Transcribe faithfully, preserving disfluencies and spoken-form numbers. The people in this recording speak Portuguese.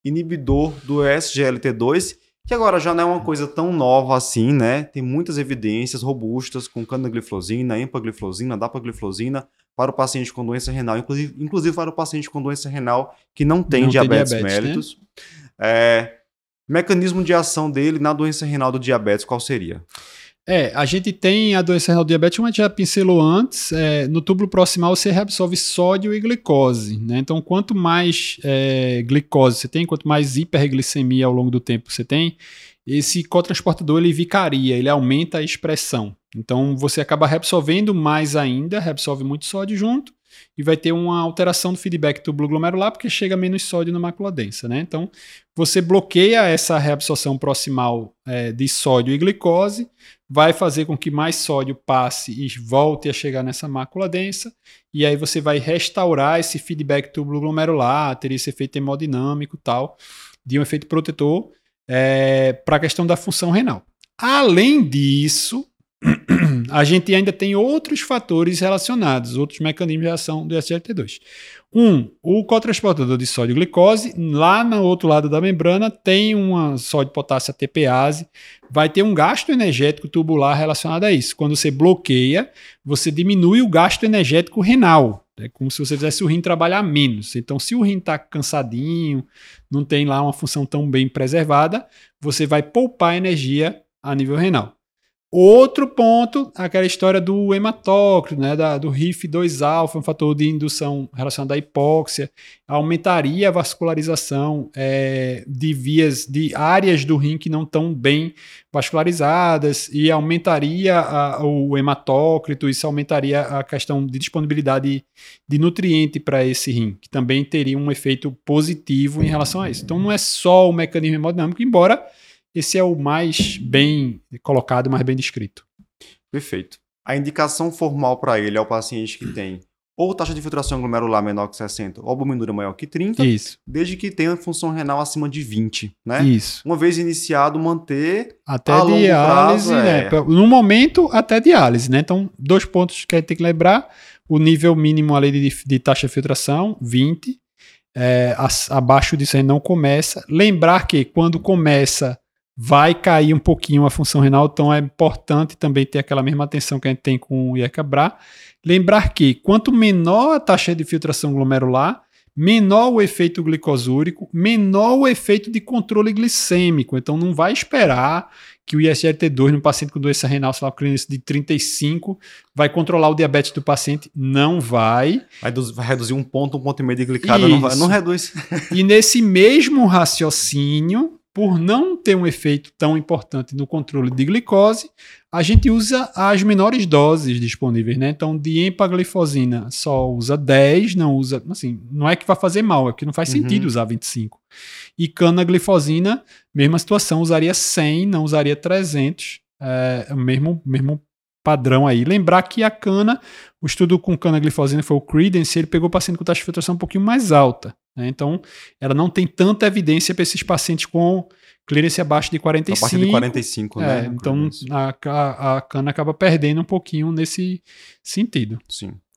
inibidor do S G L T dois, que agora já não é uma coisa tão nova assim, né? Tem muitas evidências robustas com canagliflozina, empagliflozina, dapagliflozina para o paciente com doença renal, inclusive, inclusive para o paciente com doença renal que não tem não diabetes, tem diabetes mellitus. Né? É, mecanismo de ação dele na doença renal do diabetes, qual seria? É, a gente tem a doença renal do diabetes, como a gente já pincelou antes, é, no túbulo proximal você reabsorve sódio e glicose, né? Então, quanto mais é, glicose você tem, quanto mais hiperglicemia ao longo do tempo você tem, esse cotransportador ele vicaria, ele aumenta a expressão. Então, você acaba reabsorvendo mais ainda, reabsorve muito sódio junto, e vai ter uma alteração do feedback túbulo glomerular, porque chega menos sódio na mácula densa, né? Então, você bloqueia essa reabsorção proximal é, de sódio e glicose, vai fazer com que mais sódio passe e volte a chegar nessa mácula densa, e aí você vai restaurar esse feedback túbulo glomerular, ter esse efeito hemodinâmico e tal, de um efeito protetor é, para a questão da função renal. Além disso, a gente ainda tem outros fatores relacionados, outros mecanismos de ação do S G L T dois. Um, o cotransportador de sódio e glicose, lá no outro lado da membrana, tem uma sódio-potássio A T P-ase, vai ter um gasto energético tubular relacionado a isso. Quando você bloqueia, você diminui o gasto energético renal. É como se você fizesse o rim trabalhar menos. Então, se o rim está cansadinho, não tem lá uma função tão bem preservada, você vai poupar energia a nível renal. Outro ponto, aquela história do hematócrito, né, da, do R I F dois alfa, um fator de indução relacionado à hipóxia, aumentaria a vascularização é, de vias, de áreas do rim que não estão bem vascularizadas e aumentaria a, o hematócrito, isso aumentaria a questão de disponibilidade de nutriente para esse rim, que também teria um efeito positivo em relação a isso. Então não é só o mecanismo hemodinâmico, embora esse é o mais bem colocado, mais bem descrito. Perfeito. A indicação formal para ele é o paciente que tem ou taxa de filtração glomerular menor que sessenta ou albuminúria maior que trinta, Isso. Desde que tenha função renal acima de vinte, né? Isso. Uma vez iniciado, manter até a longo diálise, prazo, né? É... No momento, até diálise, né? Então, dois pontos que a gente tem que lembrar: o nível mínimo ali de, de taxa de filtração, vinte. É, abaixo disso aí não começa. Lembrar que quando começa, vai cair um pouquinho a função renal, então é importante também ter aquela mesma atenção que a gente tem com o I E C A B R A. Lembrar que quanto menor a taxa de filtração glomerular, menor o efeito glicosúrico, menor o efeito de controle glicêmico. Então não vai esperar que o I S G L T dois no paciente com doença renal, sei lá, clínica de trinta e cinco, vai controlar o diabetes do paciente. Não vai. Vai, vai reduzir um ponto, um ponto e meio de glicada, não, vai, não reduz. E nesse mesmo raciocínio, por não ter um efeito tão importante no controle de glicose, a gente usa as menores doses disponíveis, né? Então, de empaglifosina só usa dez, não usa, assim, não é que vai fazer mal, é que não faz uhum. sentido usar vinte e cinco. E canaglifosina, mesma situação, usaria cem, não usaria trezentos, é o mesmo, mesmo padrão aí. Lembrar que a cana, o estudo com canaglifosina foi o Credence, ele pegou paciente com taxa de filtração um pouquinho mais alta. Né? Então, ela não tem tanta evidência para esses pacientes com clearance abaixo de quarenta e cinco. Abaixo de quarenta e cinco, é, né? Então, a, a, a cana acaba perdendo um pouquinho nesse sentido. Sim.